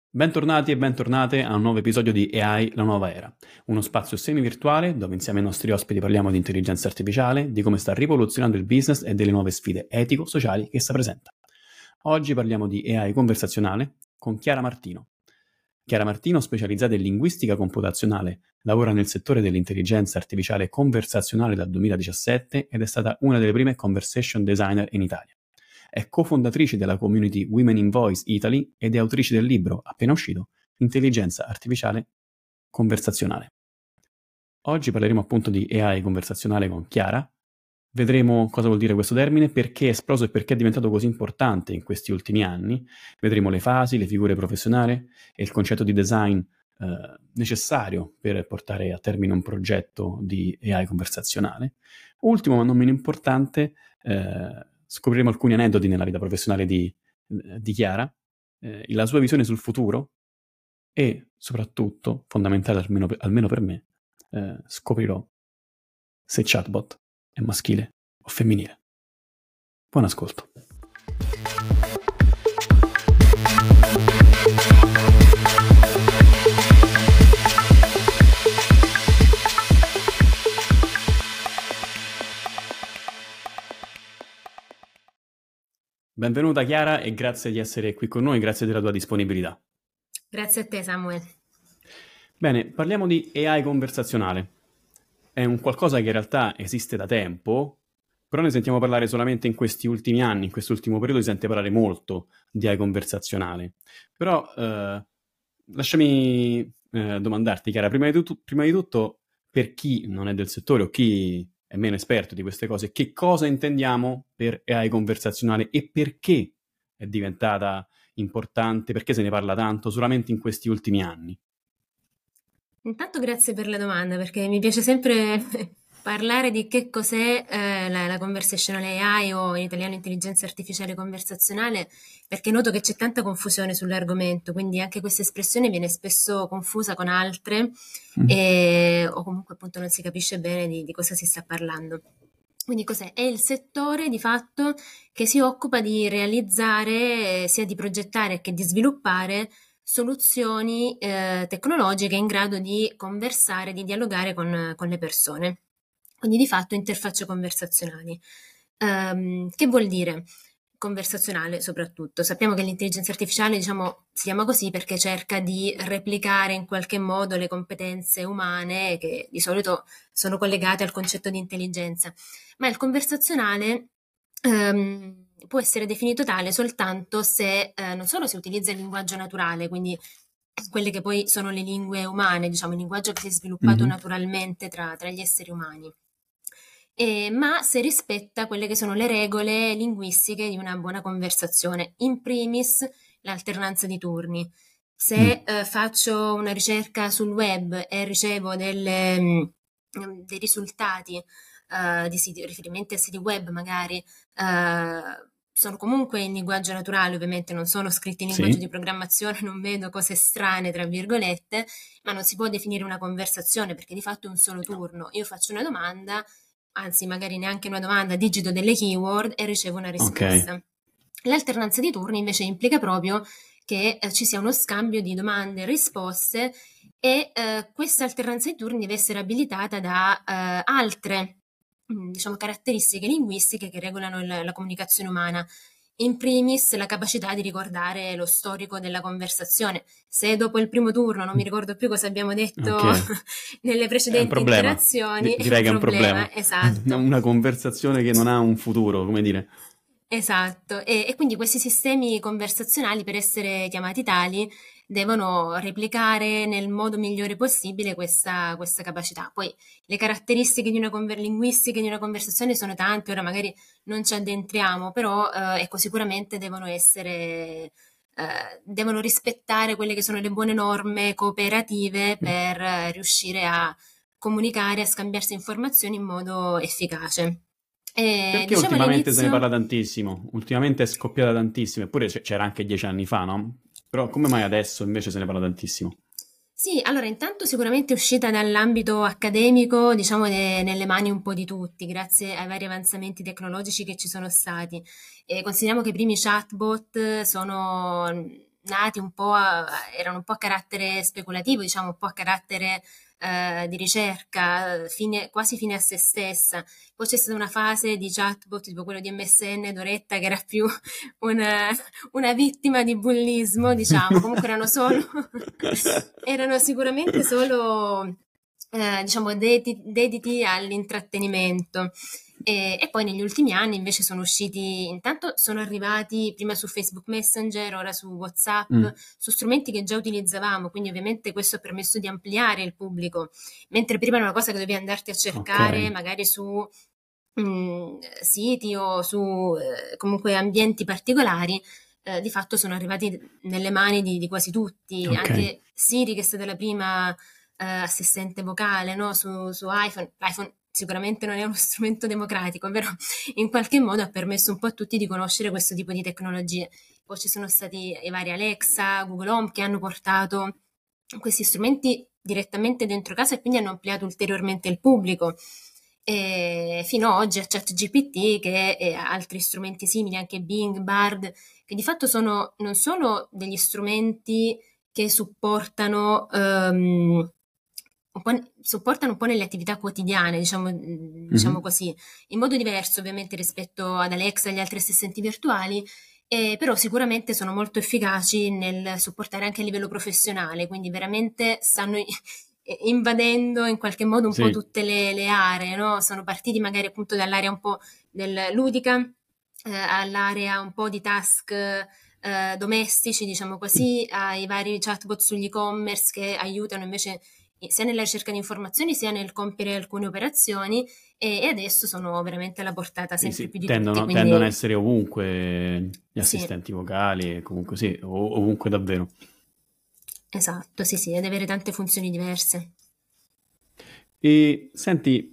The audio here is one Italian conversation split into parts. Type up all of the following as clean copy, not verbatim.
Bentornati e bentornate a un nuovo episodio di AI, la nuova era, uno spazio semi-virtuale dove insieme ai nostri ospiti parliamo di intelligenza artificiale, di come sta rivoluzionando il business e delle nuove sfide etico-sociali che essa presenta. Oggi parliamo di AI conversazionale con Chiara Martino. Chiara Martino, specializzata in linguistica computazionale, lavora nel settore dell'intelligenza artificiale conversazionale dal 2017 ed è stata una delle prime conversation designer in Italia. È cofondatrice della community Women in Voice Italy ed è autrice del libro appena uscito Intelligenza artificiale conversazionale. Oggi parleremo appunto di AI conversazionale con Chiara. Vedremo cosa vuol dire questo termine, perché è esploso e perché è diventato così importante in questi ultimi anni. Vedremo le fasi, le figure professionali e il concetto di design necessario per portare a termine un progetto di AI conversazionale. Ultimo, ma non meno importante, scopriremo alcuni aneddoti nella vita professionale di Chiara, la sua visione sul futuro e soprattutto, fondamentale almeno per me, scoprirò se chatbot è maschile o femminile. Buon ascolto. Benvenuta Chiara e grazie di essere qui con noi, grazie della tua disponibilità. Grazie a te, Samuel. Bene, parliamo di AI conversazionale. È un qualcosa che in realtà esiste da tempo, però ne sentiamo parlare solamente in questi ultimi anni, in quest'ultimo periodo si sente parlare molto di AI conversazionale. Però lasciami domandarti, Chiara, prima di tutto, per chi non è del settore o chi è meno esperto di queste cose, che cosa intendiamo per AI conversazionale e perché è diventata importante, perché se ne parla tanto solamente in questi ultimi anni? Intanto grazie per la domanda, perché mi piace sempre parlare di che cos'è la conversational AI o in italiano intelligenza artificiale conversazionale, perché noto che c'è tanta confusione sull'argomento, quindi anche questa espressione viene spesso confusa con altre o comunque appunto non si capisce bene di cosa si sta parlando. Quindi cos'è? È il settore di fatto che si occupa di realizzare, sia di progettare che di sviluppare soluzioni tecnologiche in grado di conversare, di dialogare con le persone. Quindi di fatto interfacce conversazionali. Che vuol dire? Conversazionale soprattutto. Sappiamo che l'intelligenza artificiale, diciamo, si chiama così perché cerca di replicare in qualche modo le competenze umane che di solito sono collegate al concetto di intelligenza. Ma il conversazionale può essere definito tale soltanto se non solo si utilizza il linguaggio naturale, quindi quelle che poi sono le lingue umane, diciamo il linguaggio che si è sviluppato naturalmente tra gli esseri umani, ma se rispetta quelle che sono le regole linguistiche di una buona conversazione, in primis l'alternanza di turni. Se faccio una ricerca sul web e ricevo dei risultati di siti, riferimenti a siti web magari, sono comunque in linguaggio naturale, ovviamente non sono scritti in linguaggio di programmazione, non vedo cose strane, tra virgolette, ma non si può definire una conversazione perché di fatto è un solo turno. Io faccio una domanda, anzi magari neanche una domanda, digito delle keyword e ricevo una risposta. Ok. L'alternanza di turni invece implica proprio che ci sia uno scambio di domande e risposte e questa alternanza di turni deve essere abilitata da altre diciamo, caratteristiche linguistiche che regolano la comunicazione umana. In primis la capacità di ricordare lo storico della conversazione. Se dopo il primo turno non mi ricordo più cosa abbiamo detto Ok. nelle È un precedenti problema. interazioni, è Direi un che è un problema, problema. esatto. Una conversazione che non ha un futuro, come dire. Esatto, e quindi questi sistemi conversazionali, per essere chiamati tali, devono replicare nel modo migliore possibile questa capacità. Poi le caratteristiche di una linguistiche di una conversazione sono tante, ora magari non ci addentriamo, però ecco, sicuramente devono rispettare quelle che sono le buone norme cooperative per riuscire a comunicare, a scambiarsi informazioni in modo efficace. Perché Diciamo ultimamente se ne all'inizio. parla tantissimo? Ultimamente è scoppiata tantissimo, eppure c'era anche 10 anni fa, no? Però come mai adesso invece se ne parla tantissimo? Sì, allora intanto sicuramente è uscita dall'ambito accademico, diciamo nelle mani un po' di tutti, grazie ai vari avanzamenti tecnologici che ci sono stati. Consideriamo che i primi chatbot sono nati un po' erano un po' a carattere speculativo, diciamo un po' a carattere di ricerca, quasi fine a se stessa. Poi c'è stata una fase di chatbot tipo quello di MSN Doretta che era più una, una vittima di bullismo, diciamo, comunque erano sicuramente solo diciamo dediti all'intrattenimento. E poi negli ultimi anni invece sono usciti, intanto sono arrivati prima su Facebook Messenger, ora su WhatsApp, su strumenti che già utilizzavamo, quindi ovviamente questo ha permesso di ampliare il pubblico, mentre prima era una cosa che dovevi andarti a cercare Ok. magari su siti o su comunque ambienti particolari. Di fatto sono arrivati nelle mani di quasi tutti, Ok. anche Siri che è stata la prima assistente vocale, no? Su iPhone. L'iPhone sicuramente non è uno strumento democratico, però in qualche modo ha permesso un po' a tutti di conoscere questo tipo di tecnologie. Poi ci sono stati i vari Alexa, Google Home che hanno portato questi strumenti direttamente dentro casa e quindi hanno ampliato ulteriormente il pubblico. E fino ad oggi a ChatGPT e altri strumenti simili, anche Bing, Bard, che di fatto non sono degli strumenti che supportano un po' nelle attività quotidiane, diciamo Mhm. così, in modo diverso ovviamente rispetto ad Alexa e agli altri assistenti virtuali, però sicuramente sono molto efficaci nel supportare anche a livello professionale, quindi veramente stanno invadendo in qualche modo un po' Sì. tutte le aree, no? Sono partiti magari appunto dall'area un po' ludica, all'area un po' di task domestici, diciamo così, ai vari chatbot sugli e-commerce che aiutano invece sia nella ricerca di informazioni sia nel compiere alcune operazioni e adesso sono veramente alla portata Sì, sempre più sì, di tutti, tendono a quindi essere ovunque gli sì, assistenti vocali, e comunque sì, ovunque davvero. esatto, sì, sì, ed avere tante funzioni diverse. E senti,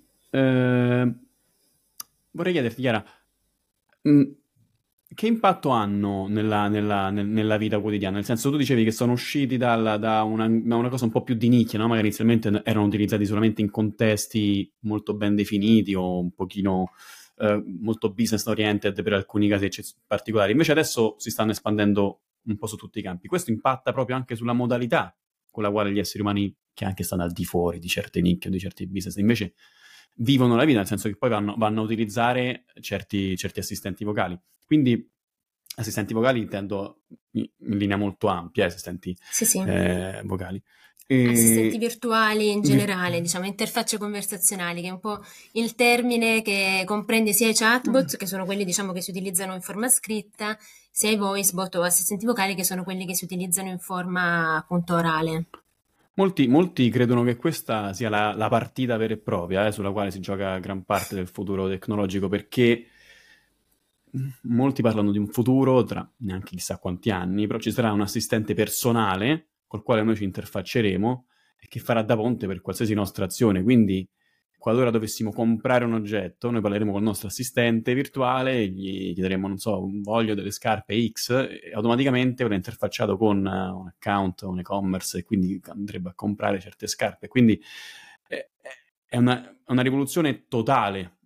vorrei chiederti, Chiara, mh, che impatto hanno nella vita quotidiana? Nel senso, tu dicevi che sono usciti da una cosa un po' più di nicchia, no? Magari inizialmente erano utilizzati solamente in contesti molto ben definiti o un pochino molto business oriented per alcuni casi particolari. Invece adesso si stanno espandendo un po' su tutti i campi. Questo impatta proprio anche sulla modalità con la quale gli esseri umani, che anche stanno al di fuori di certe nicchie o di certi business, invece vivono la vita, nel senso che poi vanno a utilizzare certi assistenti vocali. Quindi assistenti vocali intendo in linea molto ampia, assistenti Sì, sì. vocali. Assistenti E... virtuali in vi- generale, diciamo, interfacce conversazionali, che è un po' il termine che comprende sia i chatbot, che sono quelli, diciamo, che si utilizzano in forma scritta, sia i voicebot o assistenti vocali, che sono quelli che si utilizzano in forma appunto orale. molti credono che questa sia la partita vera e propria, sulla quale si gioca gran parte del futuro tecnologico, perché molti parlano di un futuro tra neanche chissà quanti anni, però ci sarà un assistente personale col quale noi ci interfacceremo e che farà da ponte per qualsiasi nostra azione. Quindi, qualora dovessimo comprare un oggetto, noi parleremo con il nostro assistente virtuale, gli chiederemo, non so, un voglio delle scarpe X, e automaticamente verrà interfacciato con un account, un e-commerce, e quindi andrebbe a comprare certe scarpe. Quindi eh, è una rivoluzione totale.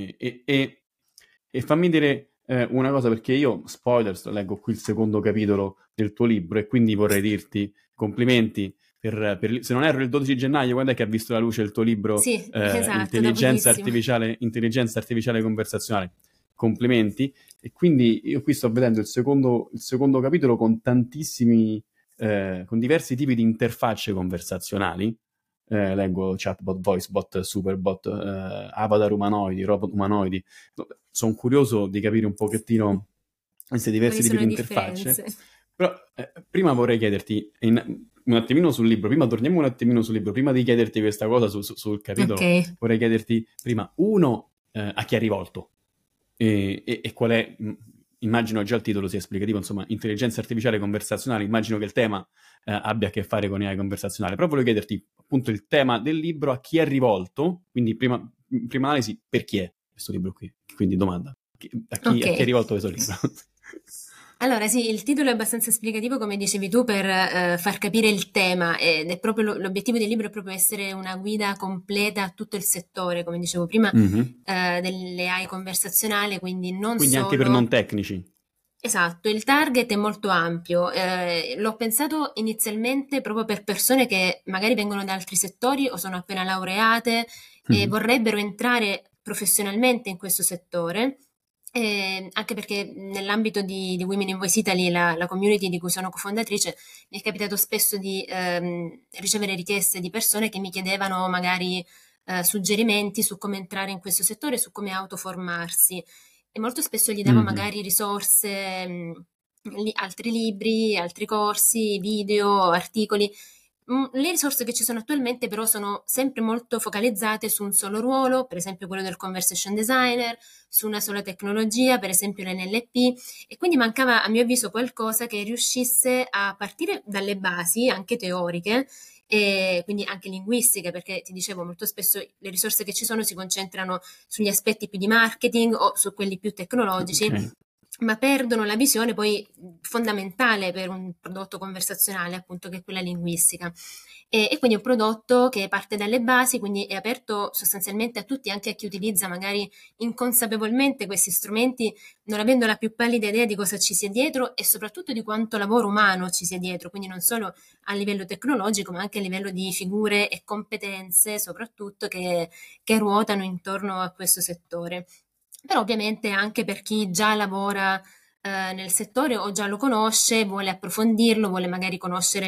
E fammi dire una cosa, perché io, spoilers, leggo qui il secondo capitolo del tuo libro e quindi vorrei dirti complimenti se non erro il 12 gennaio, quando è che ha visto la luce il tuo libro Sì, esatto, da pochissimo. Intelligenza artificiale conversazionale? Complimenti. E quindi io qui sto vedendo il secondo capitolo con con diversi tipi di interfacce conversazionali. Leggo chatbot, voicebot, superbot, avatar umanoidi, robot umanoidi. Sono curioso di capire un pochettino questi diversi Quali tipi sono di le interfacce. differenze? Però prima vorrei chiederti un attimino sul libro, prima torniamo un attimino sul libro, prima di chiederti questa cosa sul Ok. capitolo, vorrei chiederti prima, uno, a chi è rivolto e qual è, immagino già il titolo sia esplicativo, insomma, intelligenza artificiale conversazionale, immagino che il tema abbia a che fare con AI conversazionale, però volevo chiederti appunto il tema del libro, a chi è rivolto, quindi in prima analisi, per chi è questo libro qui? Quindi domanda, Ok. a chi è rivolto questo libro? Allora, sì, il titolo è abbastanza esplicativo, come dicevi tu, per far capire il tema ed è proprio l'obiettivo del libro è proprio essere una guida completa a tutto il settore, come dicevo prima, Mhm. delle AI conversazionali, quindi non Quindi anche per non solo. tecnici. Esatto, il target è molto ampio. L'ho pensato inizialmente proprio per persone che magari vengono da altri settori o sono appena laureate e Mhm. vorrebbero entrare professionalmente in questo settore. Anche perché nell'ambito di Women in Voice Italy, la community di cui sono cofondatrice, mi è capitato spesso di ricevere richieste di persone che mi chiedevano magari suggerimenti su come entrare in questo settore, su come autoformarsi e molto spesso gli davo Mhm. magari risorse, altri libri, altri corsi, video, articoli. Le risorse che ci sono attualmente però sono sempre molto focalizzate su un solo ruolo, per esempio quello del conversation designer, su una sola tecnologia, per esempio l'NLP, e quindi mancava a mio avviso qualcosa che riuscisse a partire dalle basi, anche teoriche, e quindi anche linguistiche, perché ti dicevo molto spesso le risorse che ci sono si concentrano sugli aspetti più di marketing o su quelli più tecnologici, Ok. ma perdono la visione poi fondamentale per un prodotto conversazionale, appunto, che è quella linguistica. E quindi è un prodotto che parte dalle basi, quindi è aperto sostanzialmente a tutti, anche a chi utilizza magari inconsapevolmente questi strumenti, non avendo la più pallida idea di cosa ci sia dietro e soprattutto di quanto lavoro umano ci sia dietro, quindi non solo a livello tecnologico, ma anche a livello di figure e competenze, soprattutto che ruotano intorno a questo settore. Però ovviamente anche per chi già lavora nel settore o già lo conosce, vuole approfondirlo, vuole magari conoscere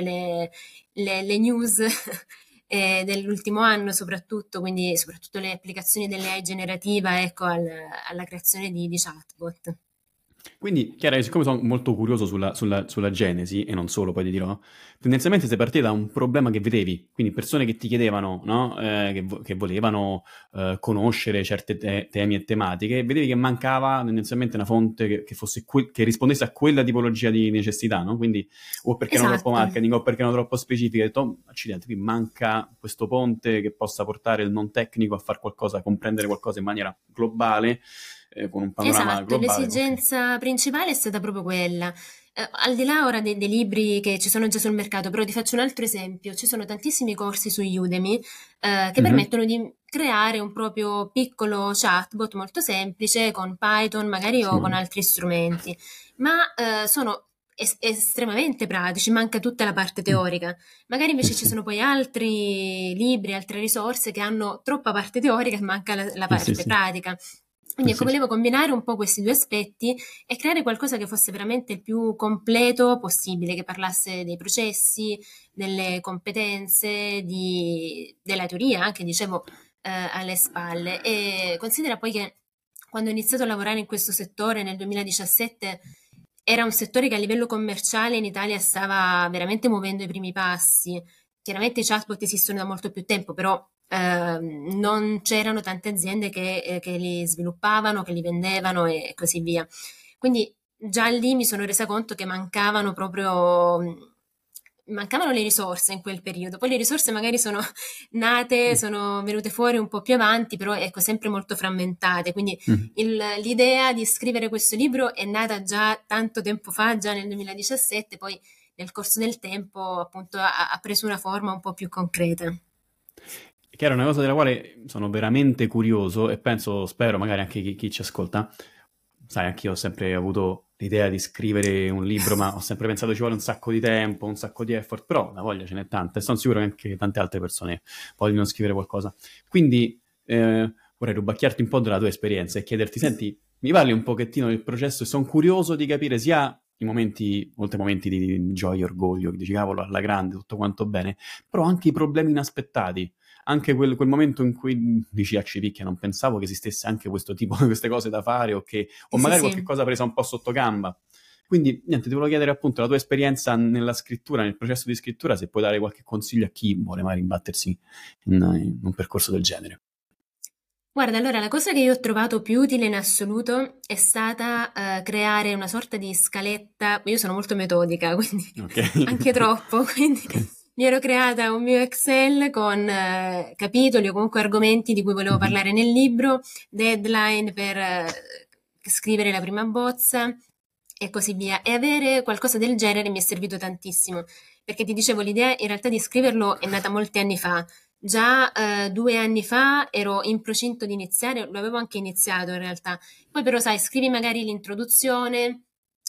le news dell'ultimo anno soprattutto, quindi soprattutto le applicazioni dell'AI generativa, ecco, alla creazione di chatbot. Quindi, Chiara, siccome sono molto curioso sulla genesi, e non solo, poi ti dirò, tendenzialmente sei partita da un problema che vedevi, quindi persone che ti chiedevano, no? Che volevano conoscere certe temi e tematiche, e vedevi che mancava tendenzialmente una fonte che fosse che rispondesse a quella tipologia di necessità, no? Quindi, o perché erano troppo Esatto. marketing, o perché erano troppo specifiche, hai detto, "Oh, accidenti, qui manca questo ponte che possa portare il non tecnico a fare qualcosa, a comprendere qualcosa in maniera globale, con un panorama Esatto, globale, ok." l'esigenza principale è stata proprio quella. Al di là ora dei libri che ci sono già sul mercato, però ti faccio un altro esempio. Ci sono tantissimi corsi su Udemy, che Mhm. permettono di creare un proprio piccolo chatbot molto semplice con Python, magari o con Sì. altri strumenti, ma sono estremamente pratici, manca tutta la parte Mm. teorica. Magari Sì, invece ci sì. sono poi altri libri, altre risorse che hanno troppa parte teorica e manca la Sì, sì, parte sì. pratica. Sì, Quindi ecco, sì, sì. volevo combinare un po' questi due aspetti e creare qualcosa che fosse veramente il più completo possibile, che parlasse dei processi, delle competenze, della teoria, anche dicevo, alle spalle. E considera poi che quando ho iniziato a lavorare in questo settore nel 2017 era un settore che a livello commerciale in Italia stava veramente muovendo i primi passi. Chiaramente i chatbot esistono da molto più tempo, però non c'erano tante aziende che li sviluppavano, che li vendevano e così via. Quindi già lì mi sono resa conto che mancavano le risorse in quel periodo. Poi le risorse magari sono nate, sono venute fuori un po' più avanti, però ecco, sempre molto frammentate. Quindi Mhm. l'idea di scrivere questo libro è nata già tanto tempo fa, già nel 2017, poi nel corso del tempo appunto ha preso una forma un po' più concreta. Che era una cosa della quale sono veramente curioso e penso, spero magari anche chi ci ascolta. Sai, anch'io ho sempre avuto l'idea di scrivere un libro, ma ho sempre pensato ci vuole un sacco di tempo, un sacco di effort, però la voglia ce n'è tanta e sono sicuro che anche tante altre persone vogliono scrivere qualcosa. Quindi vorrei rubacchiarti un po' della tua esperienza e chiederti, senti, mi parli un pochettino del processo e sono curioso di capire sia i momenti, molti momenti di gioia e orgoglio, che dici cavolo, alla grande, tutto quanto bene, però anche i problemi inaspettati, anche quel momento in cui dici a Civicchia non pensavo che esistesse anche questo tipo, queste cose da fare o Sì, magari sì. qualche cosa presa un po' sotto gamba. Quindi, niente, ti volevo chiedere appunto la tua esperienza nella scrittura, nel processo di scrittura, se puoi dare qualche consiglio a chi vuole mai imbattersi in un percorso del genere. Guarda, allora la cosa che io ho trovato più utile in assoluto è stata creare una sorta di scaletta. Io sono molto metodica, quindi Ok? anche troppo, quindi mi ero creata un mio Excel con capitoli o comunque argomenti di cui volevo Mhm. parlare nel libro, deadline per scrivere la prima bozza e così via. E avere qualcosa del genere mi è servito tantissimo, perché ti dicevo, l'idea in realtà di scriverlo è nata molti anni fa. Già 2 anni fa ero in procinto di iniziare, lo avevo anche iniziato in realtà. Poi però sai, scrivi magari l'introduzione,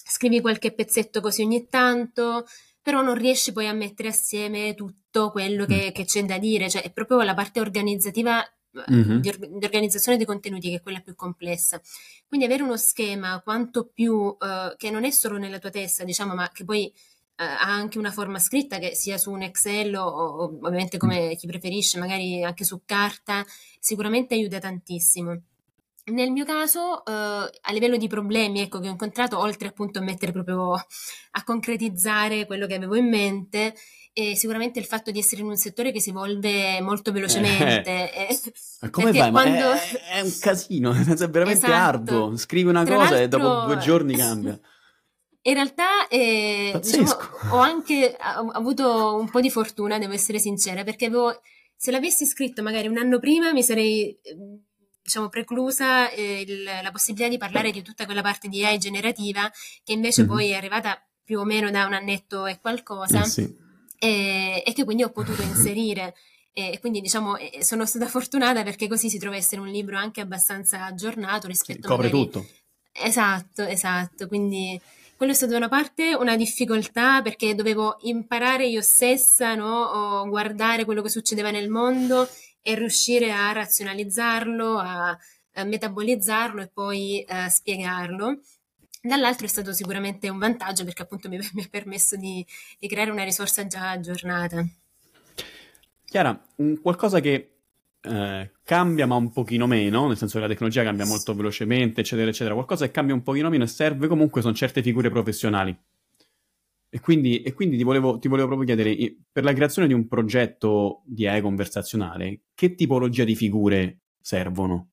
scrivi qualche pezzetto così ogni tanto, però non riesci poi a mettere assieme tutto quello Mm. che c'è da dire, cioè è proprio la parte organizzativa Mhm. di organizzazione dei contenuti che è quella più complessa. Quindi avere uno schema quanto più che non è solo nella tua testa, diciamo, ma che poi ha anche una forma scritta che sia su un Excel o ovviamente come chi preferisce, magari anche su carta, sicuramente aiuta tantissimo. Nel mio caso, a livello di problemi, ecco, che ho incontrato, oltre appunto a mettere proprio a concretizzare quello che avevo in mente, sicuramente il fatto di essere in un settore che si evolve molto Eh, velocemente, ma come perché fai? Ma quando... è un casino, è veramente Esatto. arduo. Scrivi una Tra cosa e dopo due l'altro, giorni cambia. in realtà, diciamo, Pazzesco. ho anche avuto un po' di fortuna, devo essere sincera, perché se l'avessi scritto magari un anno prima mi sarei, diciamo, preclusa la possibilità di parlare di tutta quella parte di AI generativa, che invece Mhm. poi è arrivata più o meno da un annetto e Eh qualcosa, sì, e che quindi ho potuto inserire. E quindi diciamo sono stata fortunata perché così si trova a essere un libro anche abbastanza aggiornato sì, rispetto copre magari... tutto. Esatto, esatto, quindi quello è stato da una parte una difficoltà perché dovevo imparare io stessa, no? O guardare quello che succedeva nel mondo e riuscire a razionalizzarlo, a metabolizzarlo e poi spiegarlo. Dall'altro è stato sicuramente un vantaggio perché appunto mi ha permesso di creare una risorsa già aggiornata. Chiara, qualcosa che cambia ma un pochino meno, nel senso che la tecnologia cambia molto velocemente, eccetera, eccetera. Qualcosa che cambia un pochino meno e serve comunque sono certe figure professionali. E quindi ti volevo proprio chiedere, per la creazione di un progetto di AI conversazionale, che tipologia di figure servono?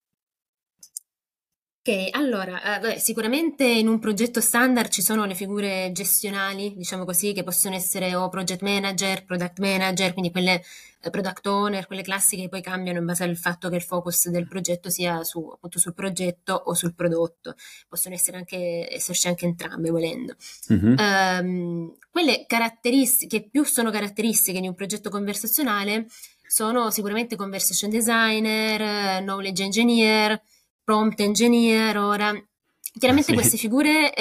Ok, allora, beh, sicuramente in un progetto standard ci sono le figure gestionali, diciamo così, che possono essere o project manager, product manager, quindi quelle product owner, quelle classiche che poi cambiano in base al fatto che il focus del progetto sia appunto sul progetto o sul prodotto. Possono esserci anche entrambe, volendo. Mhm. Quelle caratteristiche, che più sono caratteristiche di un progetto conversazionale, sono sicuramente conversation designer, knowledge engineer, prompt engineer ora. Chiaramente queste Sì. figure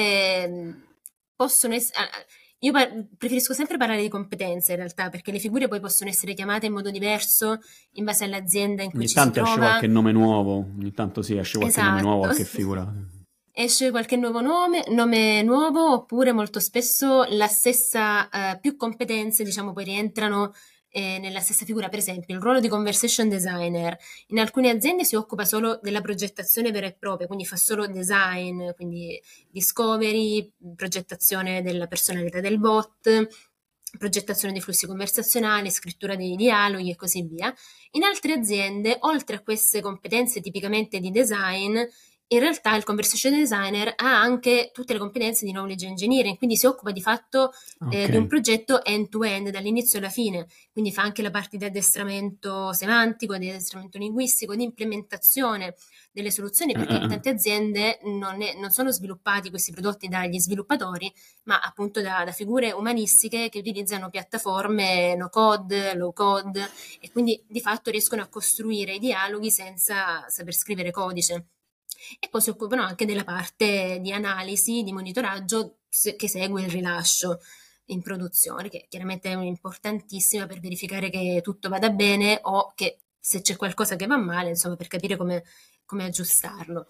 possono essere... Io preferisco sempre parlare di competenze in realtà, perché le figure poi possono essere chiamate in modo diverso in base all'azienda in cui Ogni ci si tanto esce trova. qualche nome nuovo, ogni tanto sì, esce qualche nome nuovo, Esatto. qualche figura. Esce qualche nuovo nome nuovo, oppure molto spesso la stessa, più competenze, diciamo, poi rientrano nella stessa figura. Per esempio, il ruolo di conversation designer in alcune aziende si occupa solo della progettazione vera e propria, quindi fa solo design, quindi discovery, progettazione della personalità del bot, progettazione dei flussi conversazionali, scrittura dei dialoghi e così via. In altre aziende, oltre a queste competenze tipicamente di design, in realtà il conversation designer ha anche tutte le competenze di knowledge engineering, quindi si occupa di fatto Ok. di un progetto end-to-end, dall'inizio alla fine, quindi fa anche la parte di addestramento semantico, di addestramento linguistico, di implementazione delle soluzioni, perché in Eh. tante aziende non sono sviluppati questi prodotti dagli sviluppatori, ma appunto da figure umanistiche che utilizzano piattaforme no code, low code, e quindi di fatto riescono a costruire i dialoghi senza saper scrivere codice. E poi si occupano anche della parte di analisi, di monitoraggio che segue il rilascio in produzione, che chiaramente è importantissima per verificare che tutto vada bene o che se c'è qualcosa che va male, insomma, per capire come aggiustarlo.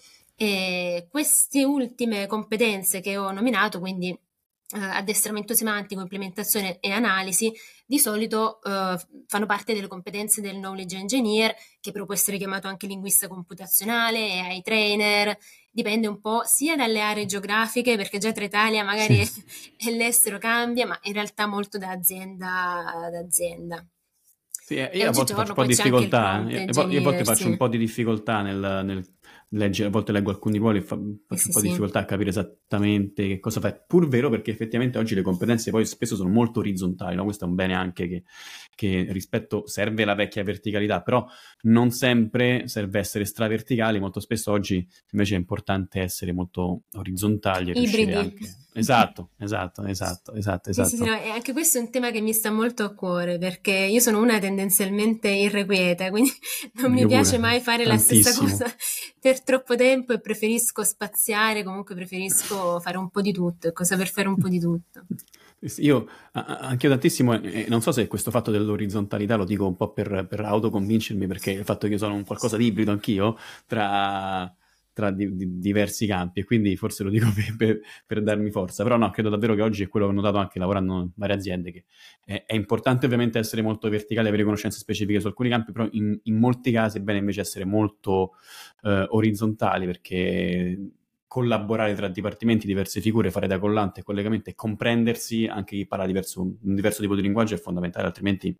E queste ultime competenze che ho nominato, quindi addestramento semantico, implementazione e analisi, di solito fanno parte delle competenze del knowledge engineer, che però può essere chiamato anche linguista computazionale, AI trainer, dipende un po' sia dalle aree geografiche, perché già tra Italia magari Sì. e l'estero cambia, ma in realtà molto da azienda ad azienda. Sì, E io a volte faccio oggigiorno un po' poi di c'è anche il difficoltà, prompt io a volte engineer, faccio un sì. po' di difficoltà nel leggere, a volte leggo alcuni ruoli e Sì, faccio un sì, po' di sì. difficoltà a capire esattamente che cosa fa. Pur vero perché effettivamente oggi le competenze poi spesso sono molto orizzontali, no? Questo è un bene anche che rispetto serve la vecchia verticalità, però non sempre serve essere straverticali, molto spesso oggi invece è importante essere molto orizzontali e riuscire Ibridi. anche... Esatto, esatto, esatto, esatto, Sì, sì, sì, esatto. no, e anche questo è un tema che mi sta molto a cuore perché io sono una tendenzialmente irrequieta, quindi non mi Io piace pure, mai fare la stessa cosa tantissimo. per troppo tempo e preferisco spaziare, comunque preferisco fare un po' di tutto, ecco, saper fare un po' di tutto. Io anch'io tantissimo, e non so se questo fatto dell'orizzontalità lo dico un po' per autoconvincermi, perché il fatto che io sono un qualcosa di ibrido anch'io tra, diversi campi, e quindi forse lo dico per darmi forza, però no, credo davvero che oggi è quello che ho notato anche lavorando in varie aziende, che è importante ovviamente essere molto verticali, avere conoscenze specifiche su alcuni campi, però in molti casi è bene invece essere molto orizzontali, perché collaborare tra dipartimenti, diverse figure, fare da collante e collegamento e comprendersi, anche chi parla un diverso tipo di linguaggio è fondamentale, altrimenti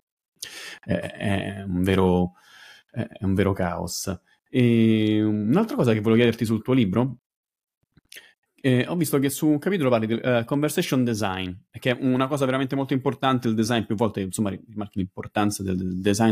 è un vero caos. E un'altra cosa che volevo chiederti sul tuo libro, ho visto che su un capitolo parli di conversation design, che è una cosa veramente molto importante. Il design, più volte, insomma, rimarchi l'importanza del design,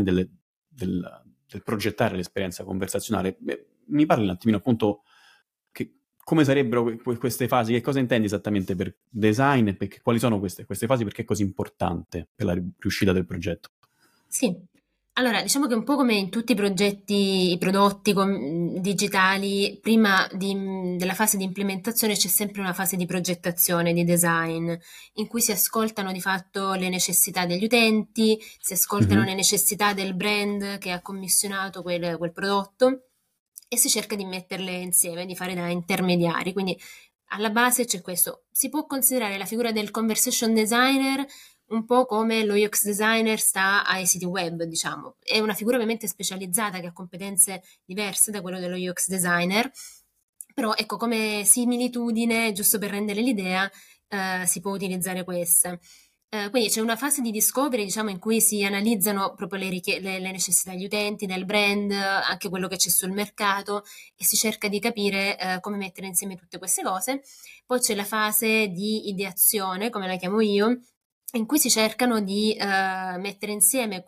del progettare l'esperienza conversazionale. Beh, mi parli un attimino appunto come sarebbero queste fasi, che cosa intendi esattamente per design e quali sono queste fasi, perché è così importante per la riuscita del progetto? Sì, allora diciamo che un po' come in tutti i progetti, i prodotti digitali, prima della fase di implementazione c'è sempre una fase di progettazione, di design, in cui si ascoltano di fatto le necessità degli utenti, si ascoltano le Mhm. necessità del brand che ha commissionato quel prodotto e si cerca di metterle insieme, di fare da intermediari. Quindi alla base c'è questo. Si può considerare la figura del conversation designer un po' come lo UX designer sta ai siti web, diciamo. È una figura ovviamente specializzata che ha competenze diverse da quello dello UX designer, però ecco, come similitudine, giusto per rendere l'idea, si può utilizzare questa. Quindi c'è una fase di discovery, diciamo, in cui si analizzano proprio le necessità degli utenti, del brand, anche quello che c'è sul mercato e si cerca di capire come mettere insieme tutte queste cose. Poi c'è la fase di ideazione, come la chiamo io, in cui si cercano di mettere insieme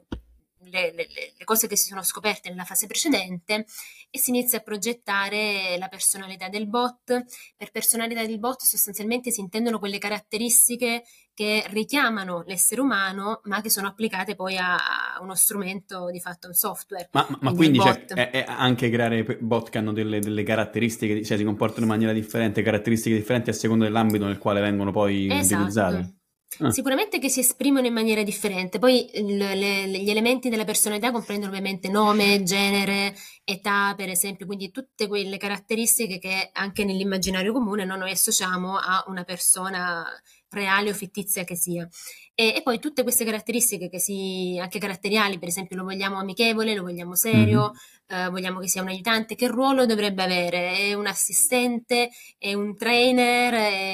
le cose che si sono scoperte nella fase precedente e si inizia a progettare la personalità del bot. Per personalità del bot sostanzialmente si intendono quelle caratteristiche che richiamano l'essere umano, ma che sono applicate poi a uno strumento, di fatto un software, Ma quindi il quindi cioè, bot. è anche creare bot che hanno delle caratteristiche, cioè si comportano in maniera differente, caratteristiche differenti a seconda dell'ambito nel quale vengono poi utilizzati? Esatto. Ah. Sicuramente che si esprimono in maniera differente. Poi gli elementi della personalità comprendono ovviamente nome, genere, età, per esempio, quindi tutte quelle caratteristiche che anche nell'immaginario comune noi associamo a una persona reale o fittizia che sia. E poi tutte queste caratteristiche anche caratteriali, per esempio, lo vogliamo amichevole, lo vogliamo serio, Mhm. vogliamo che sia un aiutante, che ruolo dovrebbe avere? È un assistente? È un trainer?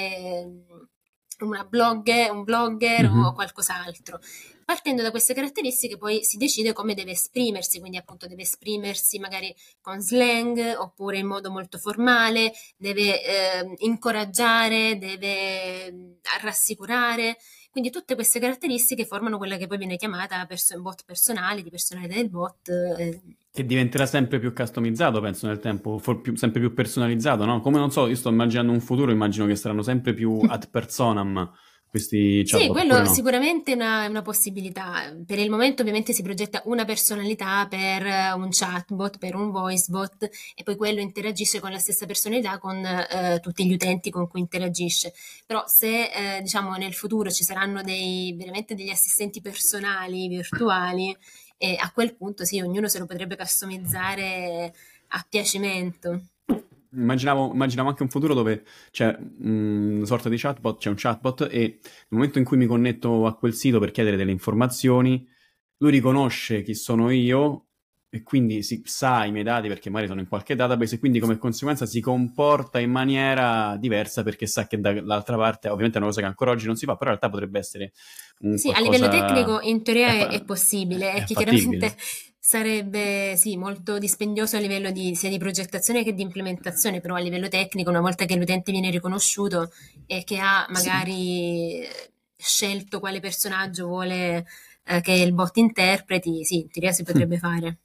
Un blogger o Mhm. qualcos'altro. Partendo da queste caratteristiche poi si decide come deve esprimersi, quindi appunto deve esprimersi magari con slang oppure in modo molto formale, deve incoraggiare, deve rassicurare. Quindi tutte queste caratteristiche formano quella che poi viene chiamata bot personale, di personalità del bot. Che diventerà sempre più customizzato, penso, nel tempo, sempre più personalizzato, no? Come non so, io sto immaginando un futuro, immagino che saranno sempre più ad personam questi Sì, chatbot, oppure quello no? sicuramente è una possibilità. Per il momento ovviamente si progetta una personalità per un chatbot, per un voicebot e poi quello interagisce con la stessa personalità con tutti gli utenti con cui interagisce. Però se diciamo nel futuro ci saranno veramente degli assistenti personali, virtuali, a quel punto sì, ognuno se lo potrebbe customizzare a piacimento. Immaginavo anche un futuro dove c'è una sorta di chatbot, c'è un chatbot e nel momento in cui mi connetto a quel sito per chiedere delle informazioni, lui riconosce chi sono io e quindi sa i miei dati perché magari sono in qualche database e quindi come conseguenza si comporta in maniera diversa perché sa che dall'altra parte, ovviamente è una cosa che ancora oggi non si fa, però in realtà potrebbe essere un Sì, a livello qualcosa... tecnico in È, teoria è fa- possibile, è è che chiaramente fattibile. sarebbe sì, molto dispendioso a livello sia di progettazione che di implementazione, però a livello tecnico, una volta che l'utente viene riconosciuto e che ha Sì. magari scelto quale personaggio vuole che il bot interpreti, sì, in teoria si potrebbe fare.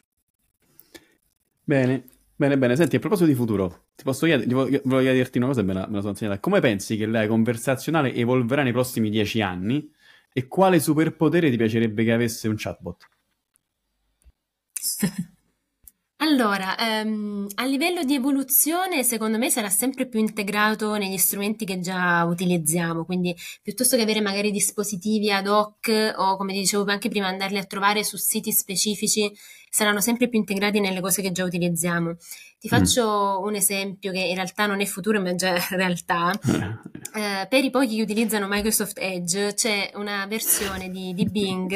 Bene, bene, bene. Senti, a proposito di futuro, ti posso chiedere, voglio chiederti una cosa e me la sono segnata. Come pensi che l'AI conversazionale evolverà nei prossimi 10 anni e quale superpotere ti piacerebbe che avesse un chatbot? Allora, a livello di evoluzione, secondo me sarà sempre più integrato negli strumenti che già utilizziamo, quindi piuttosto che avere magari dispositivi ad hoc o, come dicevo anche prima, andarli a trovare su siti specifici, saranno sempre più integrati nelle cose che già utilizziamo. Ti Mm. faccio un esempio che in realtà non è futuro, ma è già realtà. Eh, Per i pochi che utilizzano Microsoft Edge c'è una versione di Bing,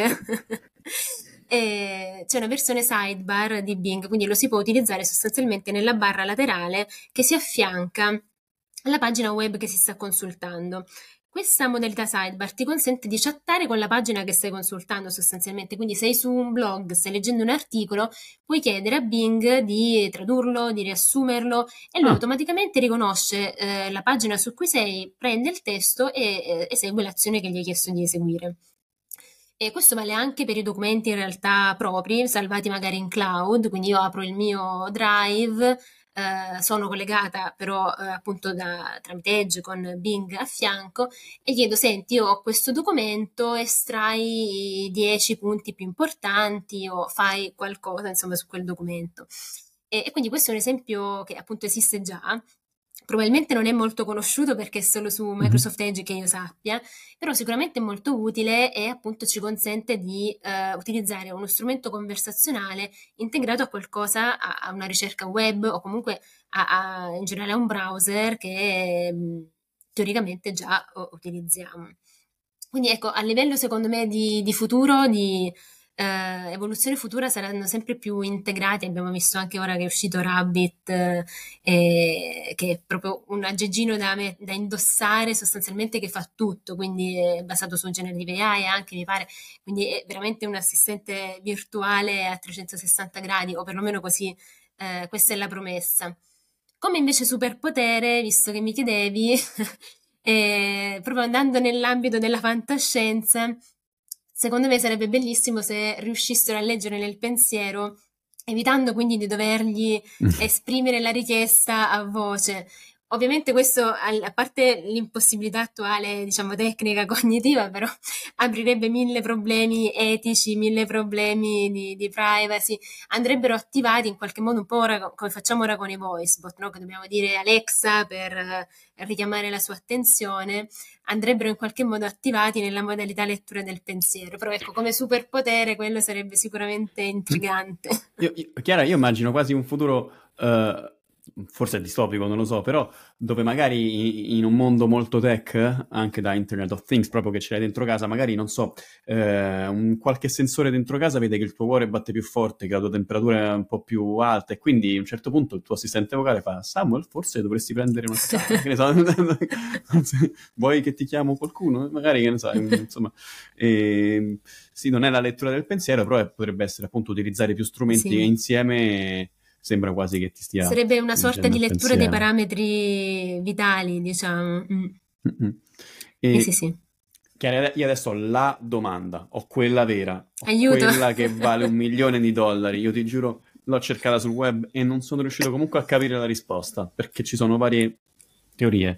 c'è una versione sidebar di Bing, quindi lo si può utilizzare sostanzialmente nella barra laterale che si affianca alla pagina web che si sta consultando. Questa modalità sidebar ti consente di chattare con la pagina che stai consultando sostanzialmente, quindi sei su un blog, stai leggendo un articolo, puoi chiedere a Bing di tradurlo, di riassumerlo e lui Ah, automaticamente riconosce la pagina su cui sei, prende il testo e esegue l'azione che gli hai chiesto di eseguire. E questo vale anche per i documenti in realtà propri, salvati magari in cloud, quindi io apro il mio Drive, sono collegata però appunto tramite Edge con Bing a fianco e chiedo, senti, io ho questo documento, estrai i 10 punti più importanti o fai qualcosa insomma su quel documento. E quindi questo è un esempio che appunto esiste già. Probabilmente non è molto conosciuto perché è solo su mhm. Microsoft Edge che io sappia, però sicuramente è molto utile e appunto ci consente di utilizzare uno strumento conversazionale integrato a qualcosa, a una ricerca web o comunque in generale a un browser che teoricamente già utilizziamo. Quindi ecco, a livello secondo me di futuro, di evoluzione futura saranno sempre più integrati. Abbiamo visto anche ora che è uscito Rabbit, che è proprio un aggeggino da indossare sostanzialmente che fa tutto, quindi è basato su Generative AI anche mi pare, quindi è veramente un assistente virtuale a 360 gradi, o perlomeno così, questa è la promessa. Come invece superpotere, visto che mi chiedevi, proprio andando nell'ambito della fantascienza, secondo me sarebbe bellissimo se riuscissero a leggere nel pensiero, evitando quindi di dovergli esprimere la richiesta a voce. Ovviamente questo, a parte l'impossibilità attuale, diciamo, tecnica, cognitiva, però aprirebbe mille problemi etici, mille problemi di privacy, andrebbero attivati in qualche modo un po' ora, come facciamo ora con i voice bot, no? Che dobbiamo dire Alexa per richiamare la sua attenzione, andrebbero in qualche modo attivati nella modalità lettura del pensiero. Però ecco, come superpotere quello sarebbe sicuramente intrigante. Chiara, io immagino quasi un futuro, forse è distopico, non lo so, però dove magari in un mondo molto tech, anche da Internet of Things, proprio che ce l'hai dentro casa, magari, non so, qualche sensore dentro casa vede che il tuo cuore batte più forte, che la tua temperatura è un po' più alta e quindi a un certo punto il tuo assistente vocale fa Samuel, forse dovresti prendere una scala, che ne so, vuoi che ti chiamo qualcuno? Magari, che ne so, insomma, sì, non è la lettura del pensiero, però potrebbe essere appunto utilizzare più strumenti che Sì. insieme sembra quasi che ti stia Sarebbe una sorta leggendo di il lettura dei pensiero. parametri vitali, diciamo. Mm. Mm-mm. Sì, sì, E sì. Chiara, io adesso ho la domanda, ho quella vera, ho Aiuto. quella che vale 1 milione di dollari. Io ti giuro, l'ho cercata sul web e non sono riuscito comunque a capire la risposta, perché ci sono varie teorie.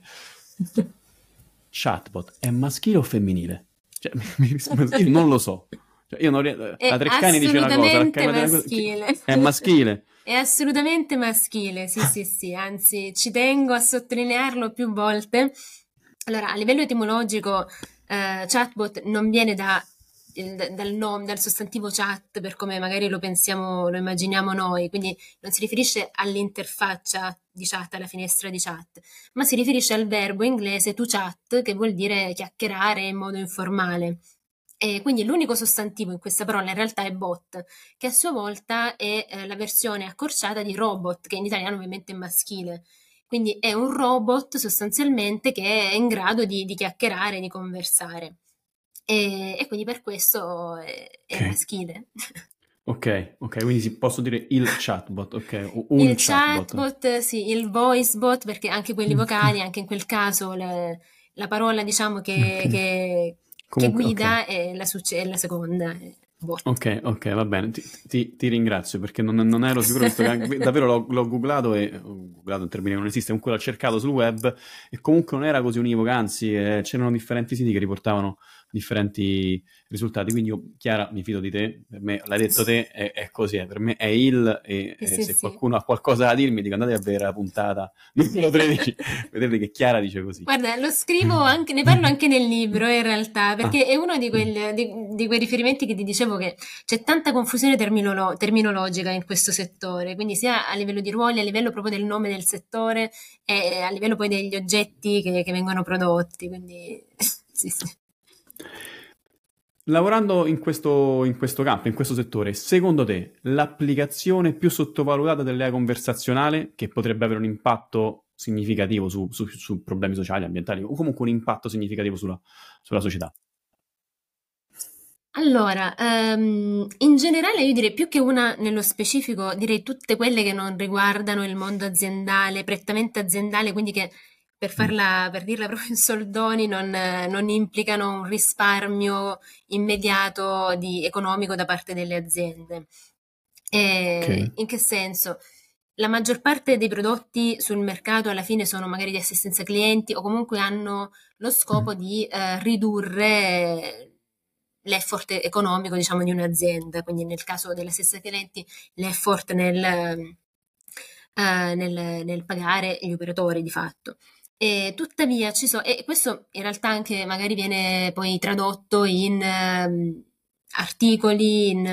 Chatbot è maschile o femminile? Cioè, io non lo so. Cioè, io non a È Treccani dice una cosa, a assolutamente Raccaimati una cosa. maschile. È maschile. È assolutamente maschile, sì, sì, sì, anzi ci tengo a sottolinearlo più volte. Allora, a livello etimologico, chatbot non viene dal nome, dal sostantivo chat per come magari lo pensiamo, lo immaginiamo noi, quindi non si riferisce all'interfaccia di chat, alla finestra di chat, ma si riferisce al verbo inglese to chat, che vuol dire chiacchierare in modo informale. E quindi l'unico sostantivo in questa parola in realtà è bot, che a sua volta è la versione accorciata di robot, che in italiano ovviamente è maschile. Quindi è un robot sostanzialmente che è in grado di chiacchierare, di conversare. E quindi per questo è Ok, maschile. ok, quindi posso dire il chatbot, ok, o un Il chatbot. chatbot, sì, il voice bot, perché anche quelli vocali, anche in quel caso la parola diciamo Ok, che comunque, ok. guida è la seconda, è bot. Ok, va bene, ti ringrazio perché non ero sicuro, visto che davvero l'ho googlato e ho googlato un termine che non esiste, comunque l'ho cercato sul web e comunque non era così univoco, anzi c'erano differenti siti che riportavano differenti risultati. Quindi io, Chiara, mi fido di te, per me, l'hai detto te, è così, per me è e Sì, sì, se sì. qualcuno ha qualcosa da dirmi, dico andate a vedere la puntata numero 13, vedete che Chiara dice così. Guarda, lo scrivo anche, ne parlo anche nel libro in realtà, Ah, perché è uno di quei riferimenti che ti dicevo che c'è tanta confusione terminologica in questo settore, quindi sia a livello di ruoli, a livello proprio del nome del settore e a livello poi degli oggetti che vengono prodotti, quindi sì, sì. lavorando in questo campo, in questo settore, secondo te l'applicazione più sottovalutata dell'AI conversazionale, che potrebbe avere un impatto significativo su problemi sociali, ambientali, o comunque un impatto significativo sulla società? Allora, in generale io direi più che una nello specifico, direi tutte quelle che non riguardano il mondo aziendale, prettamente aziendale, quindi che Mm. per dirla proprio in soldoni, non implicano un risparmio immediato economico da parte delle aziende. Ok. In che senso? La maggior parte dei prodotti sul mercato alla fine sono magari di assistenza clienti o comunque hanno lo scopo di ridurre l'effort economico, diciamo, di un'azienda. Quindi nel caso dell'assistenza clienti, l'effort nel pagare gli operatori di fatto. E tuttavia e questo in realtà anche magari viene poi tradotto in articoli, in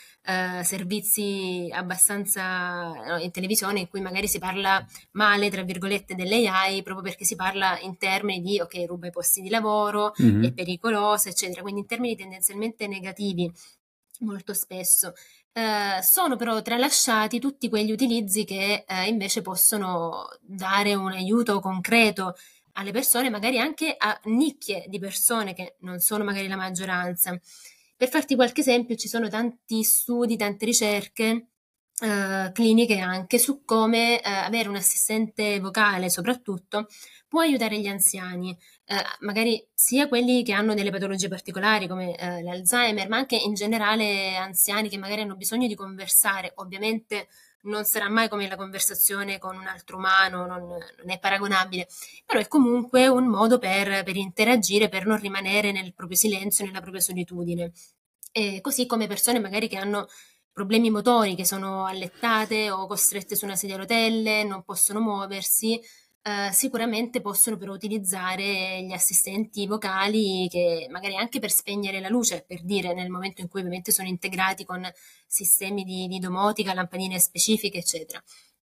servizi abbastanza no, in televisione in cui magari si parla male, tra virgolette, dell'AI proprio perché si parla in termini di ok, ruba i posti di lavoro, è Mhm. pericolosa, eccetera, quindi in termini tendenzialmente negativi molto spesso. Sono però tralasciati tutti quegli utilizzi che invece possono dare un aiuto concreto alle persone, magari anche a nicchie di persone che non sono magari la maggioranza. Per farti qualche esempio, ci sono tanti studi, tante ricerche cliniche anche su come avere un assistente vocale soprattutto può aiutare gli anziani, magari sia quelli che hanno delle patologie particolari come l'Alzheimer, ma anche in generale anziani che magari hanno bisogno di conversare. Ovviamente non sarà mai come la conversazione con un altro umano, non è paragonabile, però è comunque un modo per interagire, per non rimanere nel proprio silenzio, nella propria solitudine. E così come persone magari che hanno problemi motori, che sono allettate o costrette su una sedia a rotelle, non possono muoversi, sicuramente possono però utilizzare gli assistenti vocali che magari anche per spegnere la luce, per dire, nel momento in cui ovviamente sono integrati con sistemi di domotica, lampadine specifiche, eccetera.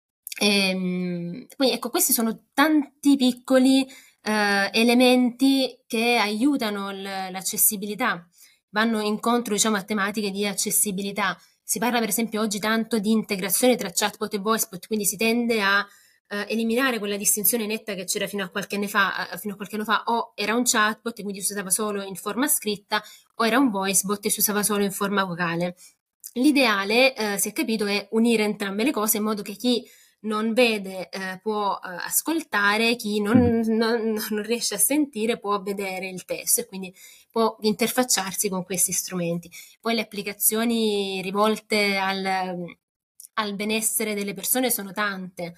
Quindi ecco, questi sono tanti piccoli elementi che aiutano l'accessibilità, vanno incontro, diciamo, a tematiche di accessibilità. Si parla per esempio oggi tanto di integrazione tra chatbot e voicebot, quindi si tende a eliminare quella distinzione netta che c'era fino a fino a qualche anno fa, o era un chatbot e quindi si usava solo in forma scritta, o era un voicebot e si usava solo in forma vocale. L'ideale, si è capito, è unire entrambe le cose in modo che chi non vede può ascoltare, chi Mhm. non riesce a sentire può vedere il testo e quindi può interfacciarsi con questi strumenti. Poi le applicazioni rivolte al benessere delle persone sono tante.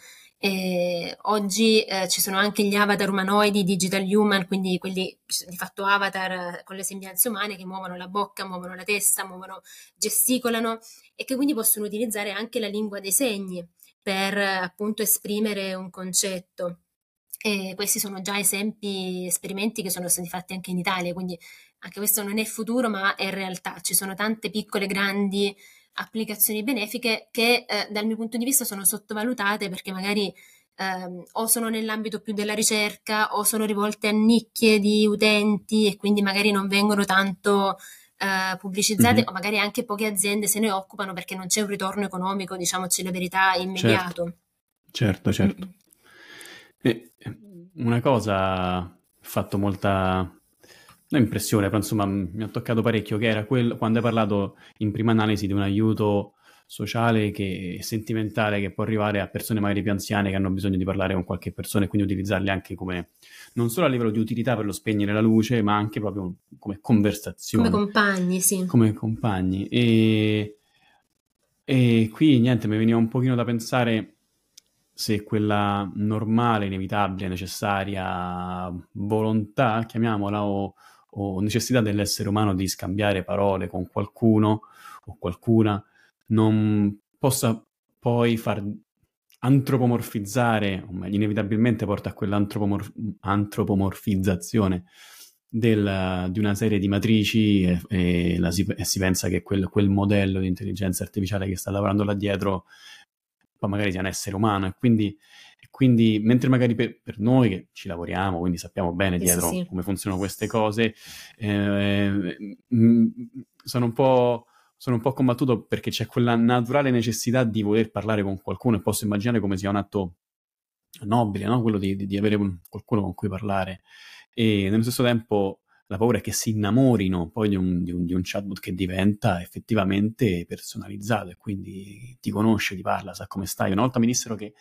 Oggi ci sono anche gli avatar umanoidi, digital human, quindi quelli di fatto avatar con le sembianze umane che muovono la bocca, muovono la testa, gesticolano e che quindi possono utilizzare anche la lingua dei segni per appunto esprimere un concetto. E questi sono già esempi, esperimenti che sono stati fatti anche in Italia, quindi anche questo non è futuro, ma è realtà. Ci sono tante piccole, grandi applicazioni benefiche che dal mio punto di vista sono sottovalutate perché magari o sono nell'ambito più della ricerca o sono rivolte a nicchie di utenti e quindi magari non vengono tanto pubblicizzate o Mhm. magari anche poche aziende se ne occupano perché non c'è un ritorno economico, diciamoci la verità, Certo, immediato. certo, Mm, certo. mm. E una cosa ha fatto molta non impressione, però insomma mi ha toccato parecchio, che era quando hai parlato in prima analisi di un aiuto sociale e sentimentale che può arrivare a persone magari più anziane che hanno bisogno di parlare con qualche persona e quindi utilizzarli anche come, non solo a livello di utilità per lo spegnere la luce, ma anche proprio come Come conversazione, compagni, sì. come compagni. E qui niente, mi veniva un pochino da pensare se quella normale, inevitabile, necessaria volontà, chiamiamola, o necessità dell'essere umano di scambiare parole con qualcuno o qualcuna non possa poi far antropomorfizzare, o meglio, inevitabilmente porta a quell'antropomorfizzazione di una serie di matrici e si pensa che quel modello di intelligenza artificiale che sta lavorando là dietro poi magari sia un essere umano e quindi mentre magari per noi che ci lavoriamo, quindi sappiamo bene Sì, sì, dietro sì. come funzionano queste cose, mh, sono un po' combattuto perché c'è quella naturale necessità di voler parlare con qualcuno e posso immaginare come sia un atto nobile, no? Quello di avere qualcuno con cui parlare. E nello stesso tempo la paura è che si innamorino poi di un chatbot che diventa effettivamente personalizzato e quindi ti conosce, ti parla, sa come stai. Una volta mi dissero che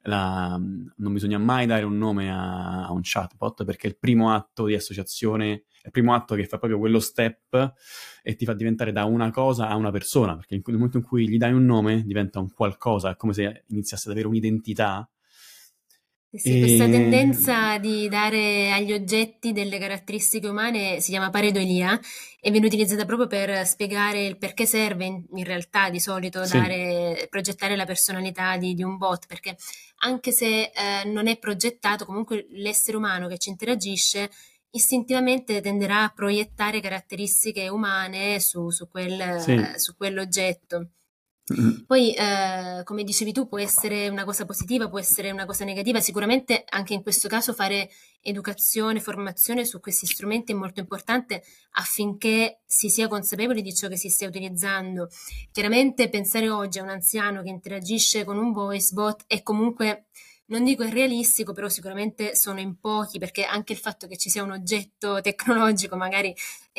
non bisogna mai dare un nome a un chatbot perché è il primo atto di associazione, è il primo atto che fa proprio quello step e ti fa diventare da una cosa a una persona, perché nel momento in cui gli dai un nome diventa un qualcosa, è come se iniziasse ad avere un'identità. Sì, sì, questa E tendenza di dare agli oggetti delle caratteristiche umane si chiama pareidolia e viene utilizzata proprio per spiegare il perché serve in realtà di solito sì, progettare la personalità di un bot, perché anche se non è progettato, comunque l'essere umano che ci interagisce istintivamente tenderà a proiettare caratteristiche umane sì. su quell'oggetto. Mm. Poi, come dicevi tu, può essere una cosa positiva, può essere una cosa negativa. Sicuramente anche in questo caso fare educazione, formazione su questi strumenti è molto importante affinché si sia consapevoli di ciò che si stia utilizzando. Chiaramente pensare oggi a un anziano che interagisce con un voice bot è comunque, non dico irrealistico, però sicuramente sono in pochi, perché anche il fatto che ci sia un oggetto tecnologico magari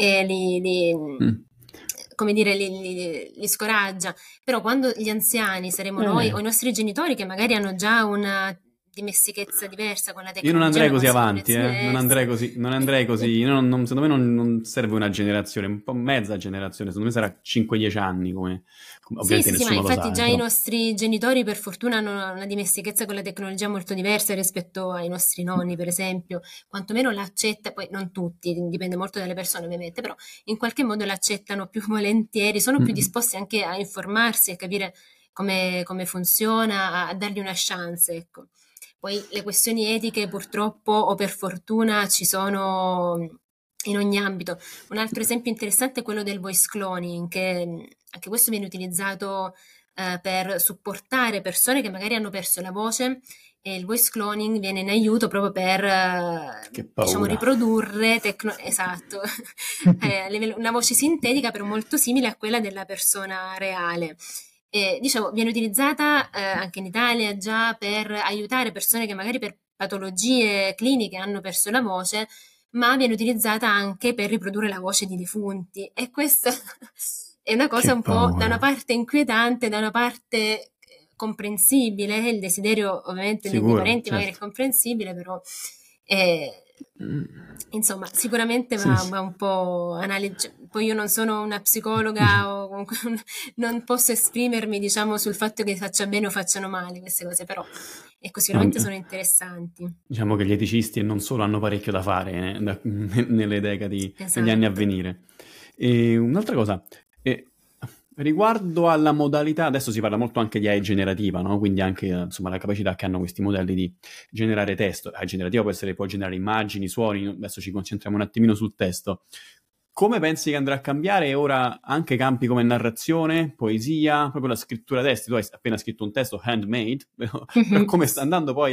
Mm. come dire, li scoraggia. Però quando gli anziani saremo noi o Eh, i nostri genitori che magari hanno già una dimestichezza diversa con la io non tecnologia, andrei una così avanti, consapevolezza eh. Non diversa. andrei così, non andrei così. Io secondo me non serve una generazione, un po' mezza generazione, secondo me sarà 5-10 anni, Sì, ovviamente sì, sì, ma nessuno lo infatti sa, già i però. nostri genitori per fortuna hanno una dimestichezza con la tecnologia molto diversa rispetto ai nostri nonni, per esempio, quantomeno l'accetta, poi non tutti, dipende molto dalle persone ovviamente, però in qualche modo l'accettano più volentieri, sono più Mm. disposti anche a informarsi e capire come funziona, a dargli una chance, ecco. Poi le questioni etiche purtroppo o per fortuna ci sono in ogni ambito. Un altro esempio interessante è quello del voice cloning, che anche questo viene utilizzato per supportare persone che magari hanno perso la voce e il voice cloning viene in aiuto proprio per, Che diciamo, paura. riprodurre esatto, una voce sintetica però molto simile a quella della persona reale. E, diciamo, viene utilizzata anche in Italia già per aiutare persone che magari per patologie cliniche hanno perso la voce, ma viene utilizzata anche per riprodurre la voce di defunti. E questa è una cosa Che un po' da una paura. parte inquietante, da una parte comprensibile. Il desiderio, ovviamente, dei Sicuro, parenti magari è certo. comprensibile, però eh, Mm. insomma, sicuramente Sì, sì. va un po' analizzato. Poi io non sono una psicologa o comunque non posso esprimermi, diciamo, sul fatto che faccia bene o facciano male queste cose, però ecco, No, sicuramente sono interessanti. diciamo che gli eticisti e non solo hanno parecchio da fare nelle decadi, negli anni a Esatto. venire. E un'altra cosa, eh, riguardo alla modalità, adesso si parla molto anche di AI generativa, no? Quindi anche insomma, la capacità che hanno questi modelli di generare testo. AI generativa può generare immagini, suoni, adesso ci concentriamo un attimino sul testo. Come pensi che andrà a cambiare ora anche campi come narrazione, poesia, proprio la scrittura testi? Tu hai appena scritto un testo handmade, però come sta andando poi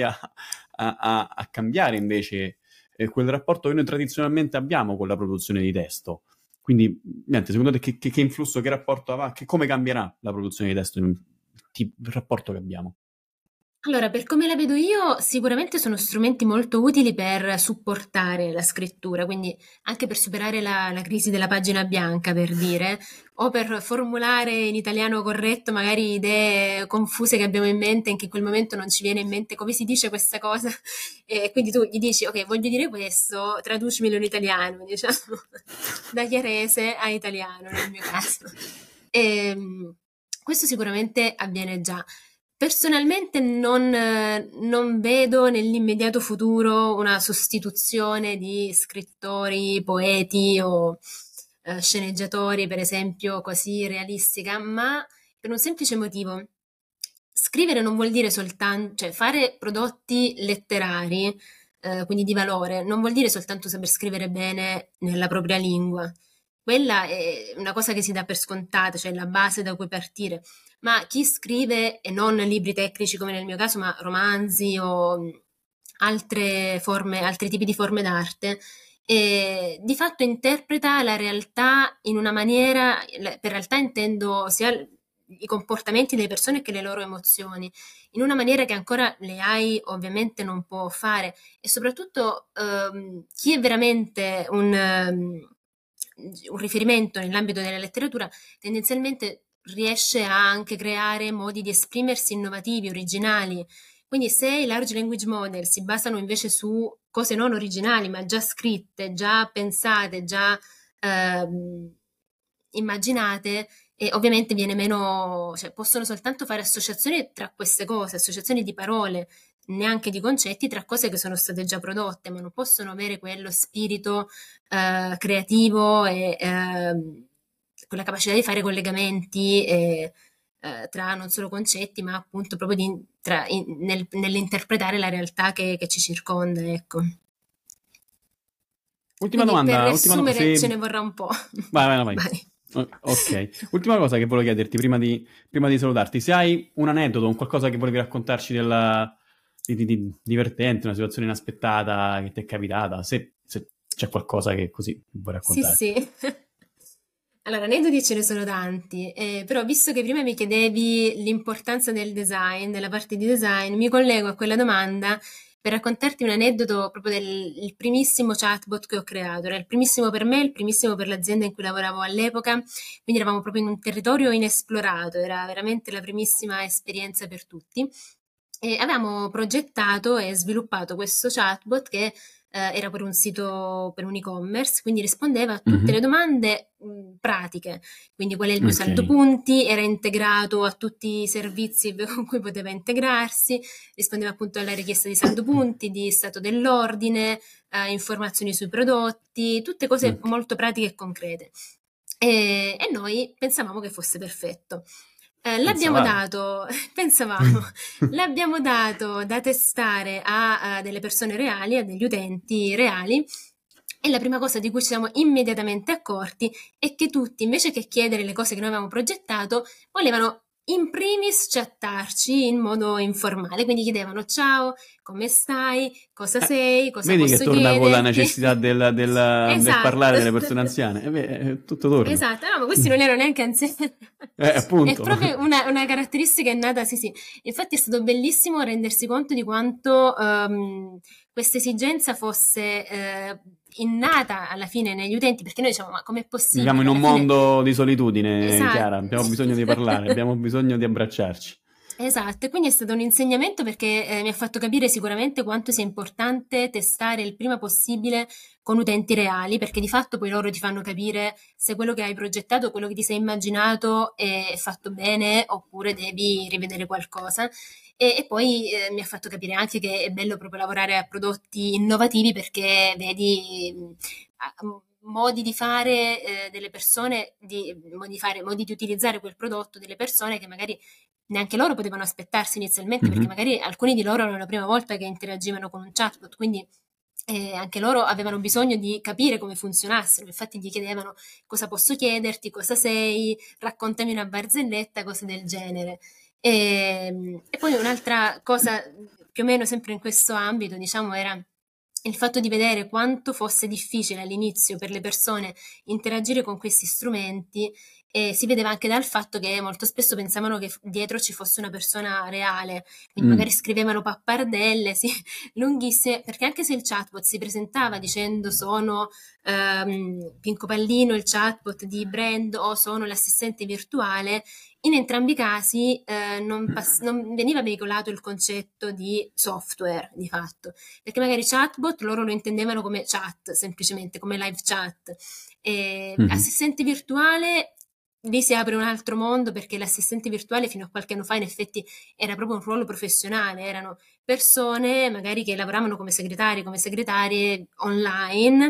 a cambiare invece quel rapporto che noi tradizionalmente abbiamo con la produzione di testo? Quindi, niente, secondo te che influsso, che rapporto avrà, come cambierà la produzione di testo, il rapporto che abbiamo? Allora, per come la vedo io, sicuramente sono strumenti molto utili per supportare la scrittura, quindi anche per superare la crisi della pagina bianca, per dire, o per formulare in italiano corretto magari idee confuse che abbiamo in mente, e che in quel momento non ci viene in mente come si dice questa cosa, e quindi tu gli dici, ok, voglio dire questo, traducimelo in italiano, diciamo, da chiarese a italiano nel mio caso. Questo sicuramente avviene già. Personalmente non vedo nell'immediato futuro una sostituzione di scrittori, poeti o sceneggiatori, per esempio, così realistica, ma per un semplice motivo. Scrivere non vuol dire soltanto, cioè fare prodotti letterari, quindi di valore, non vuol dire soltanto saper scrivere bene nella propria lingua. Quella è una cosa che si dà per scontata, cioè la base da cui partire. Ma chi scrive, e non libri tecnici come nel mio caso, ma romanzi o altre forme, altri tipi di forme d'arte, di fatto interpreta la realtà in una maniera, per realtà intendo sia i comportamenti delle persone che le loro emozioni, in una maniera che ancora l'AI ovviamente non può fare, e soprattutto chi è veramente un riferimento nell'ambito della letteratura tendenzialmente riesce a anche creare modi di esprimersi innovativi, originali. Quindi se i large language model si basano invece su cose non originali, ma già scritte, già pensate, già ehm, immaginate, e ovviamente viene meno, cioè possono soltanto fare associazioni tra queste cose, associazioni di parole, neanche di concetti tra cose che sono state già prodotte, ma non possono avere quello spirito creativo e quella capacità di fare collegamenti tra non solo concetti, ma appunto proprio nell'interpretare la realtà che ci circonda, ecco. Ultima Quindi per domanda, riassumere ce ne se... vorrà un po'. Vai, vai, vai. Vai. Ok, ultima cosa che volevo chiederti prima di salutarti, se hai un aneddoto, un qualcosa che volevi raccontarci di divertente, una situazione inaspettata che ti è capitata, se c'è qualcosa che così vuoi Sì, raccontare. sì. Allora, aneddoti ce ne sono tanti, però visto che prima mi chiedevi l'importanza del design, della parte di design, mi collego a quella domanda per raccontarti un aneddoto proprio del il primissimo chatbot che ho creato. Era il primissimo per me, il primissimo per l'azienda in cui lavoravo all'epoca, quindi eravamo proprio in un territorio inesplorato, era veramente la primissima esperienza per tutti. E avevamo progettato e sviluppato questo chatbot che era per un sito, per un e-commerce, quindi rispondeva a tutte le Mhm. domande pratiche, quindi qual è il mio Ok. saldo punti, era integrato a tutti i servizi con cui poteva integrarsi, rispondeva appunto alla richiesta di saldo punti, di stato dell'ordine, informazioni sui prodotti, tutte cose Ok. molto pratiche e concrete. E noi pensavamo che fosse perfetto. L'abbiamo Pensavate. dato, pensavamo, l'abbiamo dato da testare a delle persone reali, a degli utenti reali, e la prima cosa di cui ci siamo immediatamente accorti è che tutti, invece che chiedere le cose che noi avevamo progettato, volevano in primis chattarci in modo informale, quindi chiedevano ciao, come stai, cosa sei, cosa Vedi che posso torna con la chiederti. necessità del parlare Esatto. delle persone anziane. Tutto torna. Esatto, no, ma questi non erano neanche anziani. È Appunto. proprio una caratteristica innata, sì, sì. Infatti è stato bellissimo rendersi conto di quanto questa esigenza fosse innata alla fine negli utenti, perché noi diciamo, ma com'è Viviamo possibile? in un Alla fine, mondo di solitudine, Chiara. esatto. Abbiamo bisogno di parlare, abbiamo bisogno di abbracciarci. Esatto, e quindi è stato un insegnamento perché mi ha fatto capire sicuramente quanto sia importante testare il prima possibile con utenti reali, perché di fatto poi loro ti fanno capire se quello che hai progettato, quello che ti sei immaginato è fatto bene oppure devi rivedere qualcosa. E poi mi ha fatto capire anche che è bello proprio lavorare a prodotti innovativi perché vedi modi di fare delle persone, modi di utilizzare quel prodotto delle persone che magari neanche loro potevano aspettarsi inizialmente, perché Mhm. magari alcuni di loro erano la prima volta che interagivano con un chatbot, quindi anche loro avevano bisogno di capire come funzionassero, infatti gli chiedevano cosa posso chiederti, cosa sei, raccontami una barzelletta, cose del genere. E poi un'altra cosa, più o meno sempre in questo ambito, diciamo, era il fatto di vedere quanto fosse difficile all'inizio per le persone interagire con questi strumenti e si vedeva anche dal fatto che molto spesso pensavano che dietro ci fosse una persona reale, quindi magari Mm. scrivevano pappardelle, sì, lunghissime, perché anche se il chatbot si presentava dicendo sono Pinco Pallino, il chatbot di brand o sono l'assistente virtuale, in entrambi i casi non veniva veicolato il concetto di software di fatto, perché magari chatbot loro lo intendevano come chat, semplicemente come live chat. Mhm. Assistente virtuale lì si apre un altro mondo, perché l'assistente virtuale fino a qualche anno fa in effetti era proprio un ruolo professionale, erano persone magari che lavoravano come segretari, come segretarie online,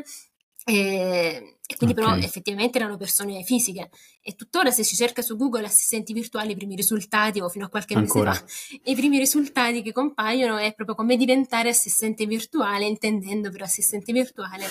e quindi Ok, però effettivamente erano persone fisiche. E tuttora se si cerca su Google assistenti virtuali, i primi risultati, o fino a qualche mese fa, ancora. i primi risultati che compaiono è proprio come diventare assistente virtuale, intendendo per assistente virtuale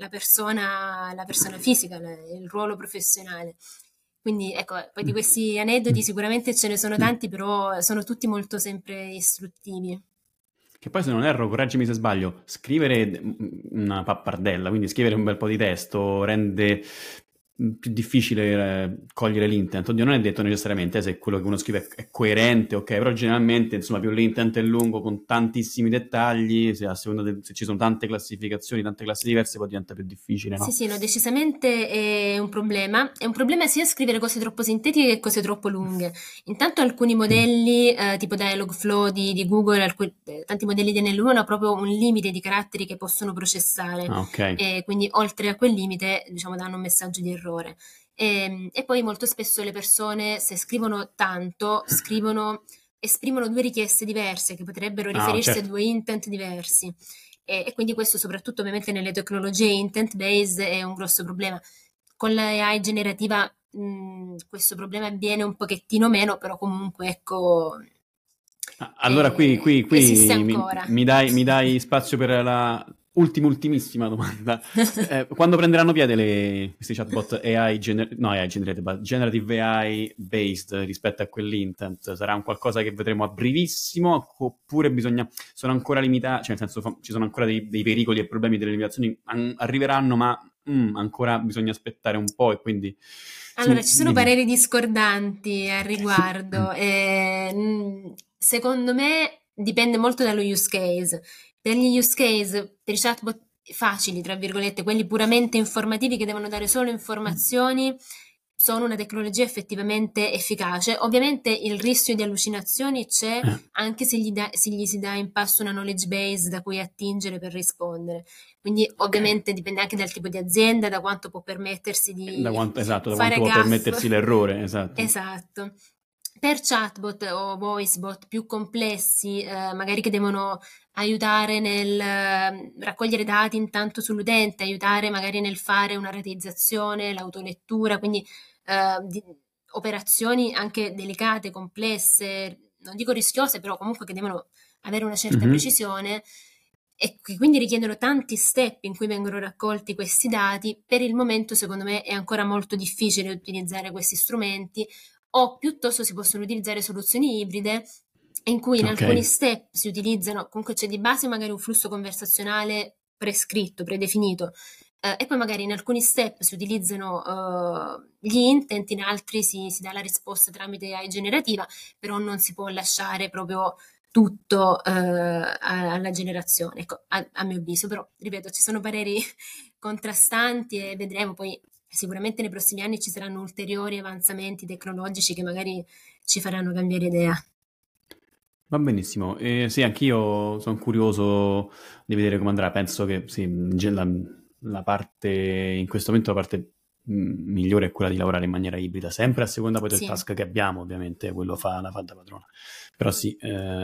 la persona fisica, il ruolo professionale. Quindi ecco, poi di questi aneddoti sicuramente ce ne sono tanti, però sono tutti molto sempre istruttivi. Che poi, se non erro, correggimi se sbaglio, scrivere una pappardella, quindi scrivere un bel po' di testo rende più difficile cogliere l'intent. Oddio, non è detto necessariamente se quello che uno scrive è coerente, ok, però generalmente, insomma, più l'intent è lungo, con tantissimi dettagli, se, a seconda se ci sono tante classificazioni, tante classi diverse, poi diventa più difficile, Sì, no? sì, no, decisamente è un problema. È un problema sia scrivere cose troppo sintetiche che cose troppo lunghe. Intanto alcuni Mm. modelli, tipo Dialogflow di Google, tanti modelli di NL1 hanno proprio un limite di caratteri che possono processare, Ah, ok. e quindi oltre a quel limite, diciamo, danno un messaggio di errore. E poi molto spesso le persone, se scrivono tanto, esprimono due richieste diverse che potrebbero Ah, riferirsi a certo. due intent diversi. E quindi questo, soprattutto ovviamente nelle tecnologie intent-based, è un grosso problema. Con l'AI generativa questo problema avviene un pochettino meno, però comunque ecco, Allora, esiste qui ancora. mi dai spazio per la ultimissima domanda. Quando prenderanno piede questi chatbot AI, no, AI generative, ma generative AI based rispetto a quell'intent? Sarà un qualcosa che vedremo a brevissimo, oppure sono ancora limitati, cioè nel senso ci sono ancora dei pericoli e problemi, delle limitazioni, arriveranno, ma ancora bisogna aspettare un po', e quindi Allora, ci sono dimmi. pareri discordanti al riguardo. Secondo me dipende molto dallo use case. Per gli use case, per i chatbot facili, tra virgolette, quelli puramente informativi che devono dare solo informazioni, sono una tecnologia effettivamente efficace. Ovviamente il rischio di allucinazioni c'è Eh, anche se gli si dà in passo una knowledge base da cui attingere per rispondere. Quindi ok. ovviamente dipende anche dal tipo di azienda, da quanto può permettersi di Esatto, da quanto fare può gaff. permettersi l'errore, esatto. Esatto. Per chatbot o voicebot più complessi, magari che devono aiutare nel raccogliere dati intanto sull'utente, aiutare magari nel fare una rateizzazione, l'autolettura, quindi operazioni anche delicate, complesse, non dico rischiose, però comunque che devono avere una certa Mhm. precisione e che quindi richiedono tanti step in cui vengono raccolti questi dati. Per il momento, secondo me, è ancora molto difficile utilizzare questi strumenti, o piuttosto si possono utilizzare soluzioni ibride in cui in Ok. alcuni step si utilizzano, comunque c'è di base magari un flusso conversazionale prescritto, predefinito, e poi magari in alcuni step si utilizzano gli intent, in altri si dà la risposta tramite AI generativa, però non si può lasciare proprio tutto alla generazione, ecco, a mio avviso, però ripeto, ci sono pareri contrastanti e vedremo poi. Sicuramente nei prossimi anni ci saranno ulteriori avanzamenti tecnologici che magari ci faranno cambiare idea. Va benissimo. Sì, anch'io sono curioso di vedere come andrà. Penso che sì, la parte, in questo momento la parte migliore è quella di lavorare in maniera ibrida, sempre a seconda poi del Sì. task che abbiamo, ovviamente, quello la fa da padrona. Però sì,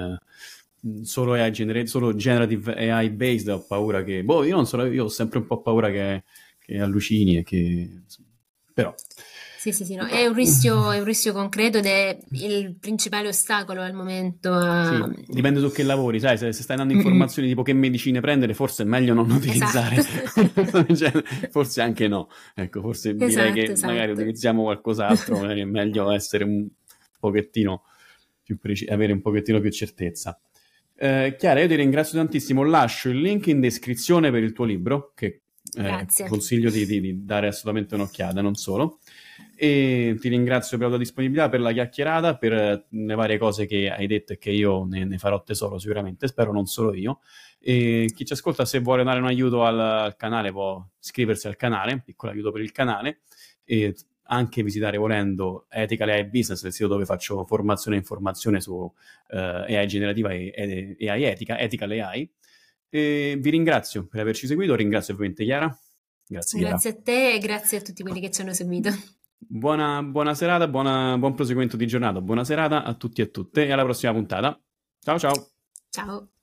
solo AI solo generative AI based ho paura che, boh, io non so, io ho sempre un po' paura che allucini e che, però. Sì, sì, sì, no, è un rischio concreto ed è il principale ostacolo al momento Sì, dipende su che lavori, sai, se stai dando Mm-mm. informazioni tipo che medicine prendere, forse è meglio non utilizzare, Esatto. cioè, forse anche no, ecco, forse direi Esatto, che magari esatto. utilizziamo qualcos'altro, magari è meglio essere un pochettino più precisi, avere un pochettino più certezza. Chiara, io ti ringrazio tantissimo, lascio il link in descrizione per il tuo libro, che Grazie. consiglio di dare assolutamente un'occhiata, non solo. E ti ringrazio per la tua disponibilità, per la chiacchierata, per le varie cose che hai detto e che io ne farò tesoro sicuramente, spero non solo io. E chi ci ascolta, se vuole dare un aiuto al canale, può iscriversi al canale, un piccolo aiuto per il canale, e anche visitare volendo Ethical AI Business, il sito dove faccio formazione e informazione su AI generativa e AI etica, Ethical AI. E vi ringrazio per averci seguito, ringrazio ovviamente Chiara. Grazie Chiara. Grazie a te e grazie a tutti quelli che ci hanno seguito. Buona serata, buon proseguimento di giornata, buona serata a tutti e a tutte e alla prossima puntata. Ciao ciao! Ciao!